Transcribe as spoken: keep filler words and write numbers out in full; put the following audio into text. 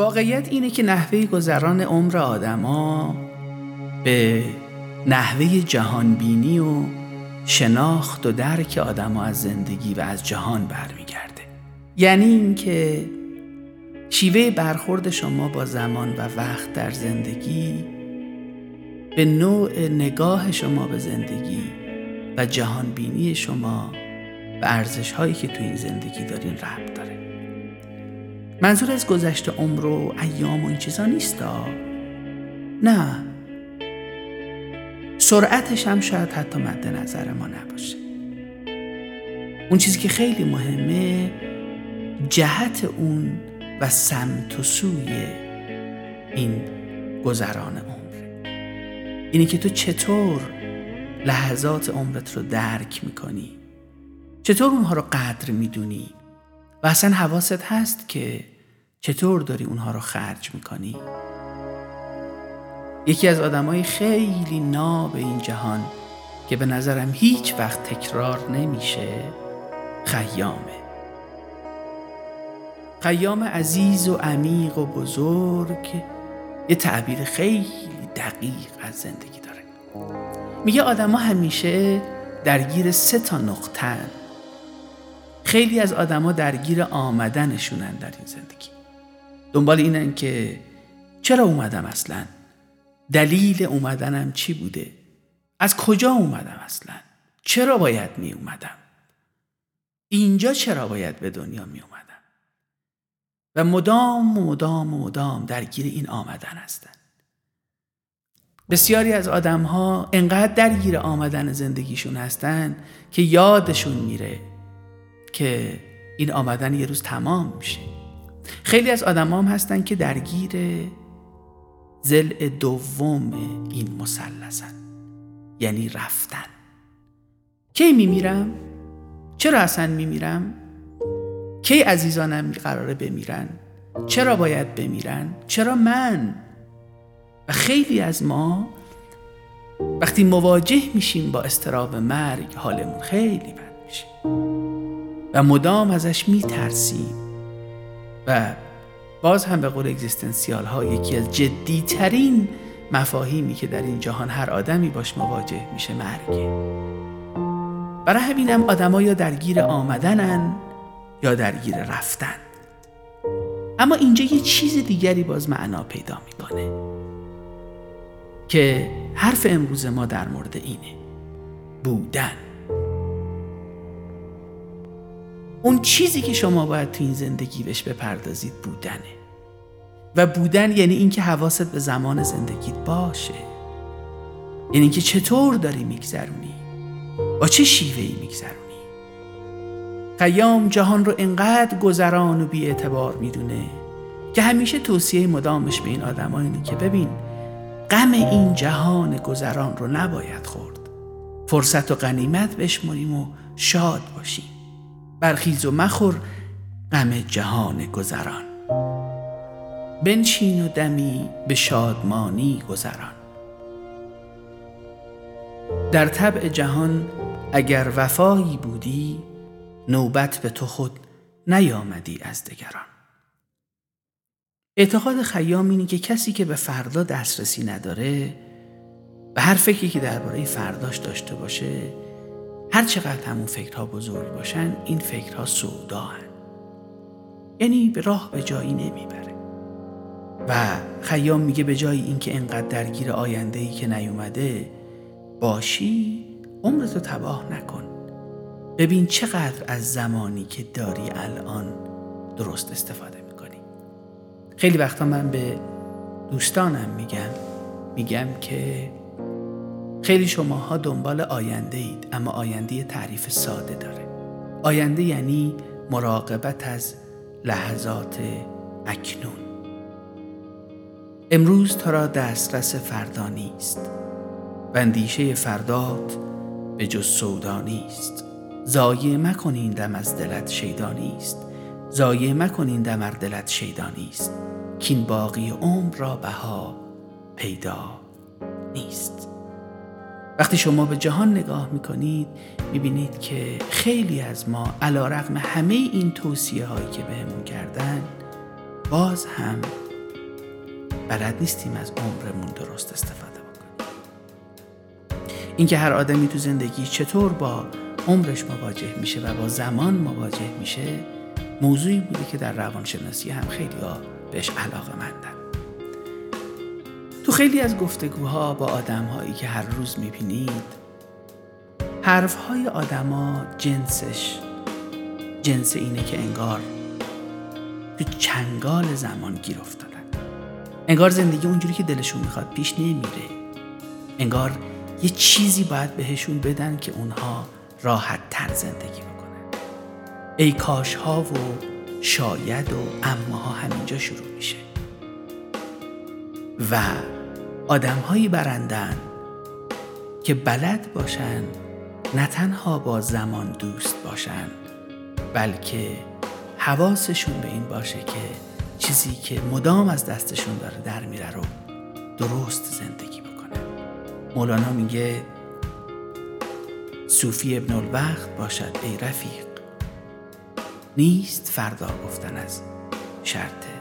واقعیت اینه که نحوه گذران عمر آدما به نحوه جهانبینی و شناخت و درک آدما از زندگی و از جهان برمیگرده. یعنی این که شیوه برخورد شما با زمان و وقت در زندگی به نوع نگاه شما به زندگی و جهانبینی شما و ارزش‌هایی که تو این زندگی دارین ربط داره. منظور از گذشت عمر و ایام و این چیزا نیستا. نه، سرعتش هم شاید حتی مد نظر ما نباشه. اون چیزی که خیلی مهمه جهت اون و سمت و سوی این گذران عمر. اینی که تو چطور لحظات عمرت رو درک میکنی، چطور اونها رو قدر میدونی و اصلا حواست هست که چطور داری اونها رو خرج میکنی. یکی از آدمای خیلی ناب این جهان که به نظرم هیچ وقت تکرار نمیشه خیامه. خیام عزیز و عمیق و بزرگ یه تعبیر خیلی دقیق از زندگی داره. میگه آدما همیشه درگیر سه تا نقطه‌ان. خیلی از آدما درگیر آمدنشونن در این زندگی. دنبال اینن که چرا اومدم اصلا؟ دلیل اومدنم چی بوده؟ از کجا اومدم اصلا؟ چرا باید می اومدم؟ اینجا چرا باید به دنیا می اومدم؟ و مدام و مدام و مدام درگیر این آمدن هستن. بسیاری از آدم ها انقدر درگیر آمدن زندگیشون هستن که یادشون میره که این آمدن یه روز تمام میشه. خیلی از آدم هم هستن که درگیر ضلع دوم این مثلثن، یعنی رفتن. کی میمیرم؟ چرا اصلا میمیرم؟ کی عزیزانم قراره بمیرن؟ چرا باید بمیرن؟ چرا من؟ و خیلی از ما وقتی مواجه میشیم با اضطراب مرگ حالمون خیلی بد میشه و مدام ازش میترسیم. و باز هم به قول اگزیستانسیال ها یکی از جدی ترین مفاهیمی که در این جهان هر آدمی باش مواجه میشه مرگه. برای همینم آدم ها یا درگیر آمدنن یا درگیر رفتن. اما اینجا یه چیز دیگری باز معنا پیدا میکنه که حرف امروز ما در مورد اینه: بودن. اون چیزی که شما باید تو این زندگی بهش بپردازید بودنه. و بودن یعنی این که حواست به زمان زندگیت باشه، یعنی که چطور داری میگذرونی، با چه شیوهی میگذرونی. خیام جهان رو انقدر گذران و بی اعتبار میدونه که همیشه توصیه مدامش به این آدم ها اینه که ببین، غم این جهان گذران رو نباید خورد. فرصت و غنیمت بشمریم و شاد باشیم. برخیز و مخور غم جهان گذران، بنشین و دمی به شادمانی گذران. در طبع جهان اگر وفایی بودی، نوبت به تو خود نیامدی از دگران. اعتقاد خیام اینه که کسی که به فردا دسترسی نداره و هر فکری که درباره فرداش داشته باشه، هر چقدر همون فکرها بزرگ باشن، این فکرها سودا هن. یعنی به راه به جایی نمیبره. و خیام میگه به جای اینکه انقدر درگیر آینده‌ای که نیومده باشی، عمرتو تباه نکن. ببین چقدر از زمانی که داری الان درست استفاده میکنی. خیلی وقتا من به دوستانم میگم میگم که خیلی شماها دنبال آینده اید، اما آینده تعریف ساده داره. آینده یعنی مراقبت از لحظات اکنون. امروز تو را دسترس فردا نیست و اندیشه فردات به جز سودا نیست. ضایع مکن این دم از دلت شیدا نیست. ضایع مکن این دم از دلت شیدا نیست. کین باقی عمر را بها پیدا نیست. وقتی شما به جهان نگاه میکنید میبینید که خیلی از ما علیرغم همه این توصیه هایی که بهمون کردن باز هم بلد نیستیم از عمرمون درست استفاده بکنیم. اینکه هر آدمی تو زندگی چطور با عمرش مواجه میشه و با زمان مواجه میشه موضوعی بوده که در روانشناسی هم خیلی ها بهش علاقه مندن. تو خیلی از گفتگوها با آدم‌هایی که هر روز میبینید، حرف‌های آدم‌ها جنسش جنس اینه که انگار تو چنگال زمان گیر افتادن. انگار زندگی اونجوری که دلشون میخواد پیش نمیره. انگار یه چیزی باید بهشون بدن که اونها راحت تر زندگی بکنن. ای کاش ها و شاید و اماها همینجا شروع میشه. و آدم هایی برندن که بلد باشن نه تنها با زمان دوست باشن، بلکه حواسشون به این باشه که چیزی که مدام از دستشون داره در میره رو درست زندگی بکنن. مولانا میگه صوفی ابن الوقت باشد ای رفیق، نیست فردا گفتن از شرط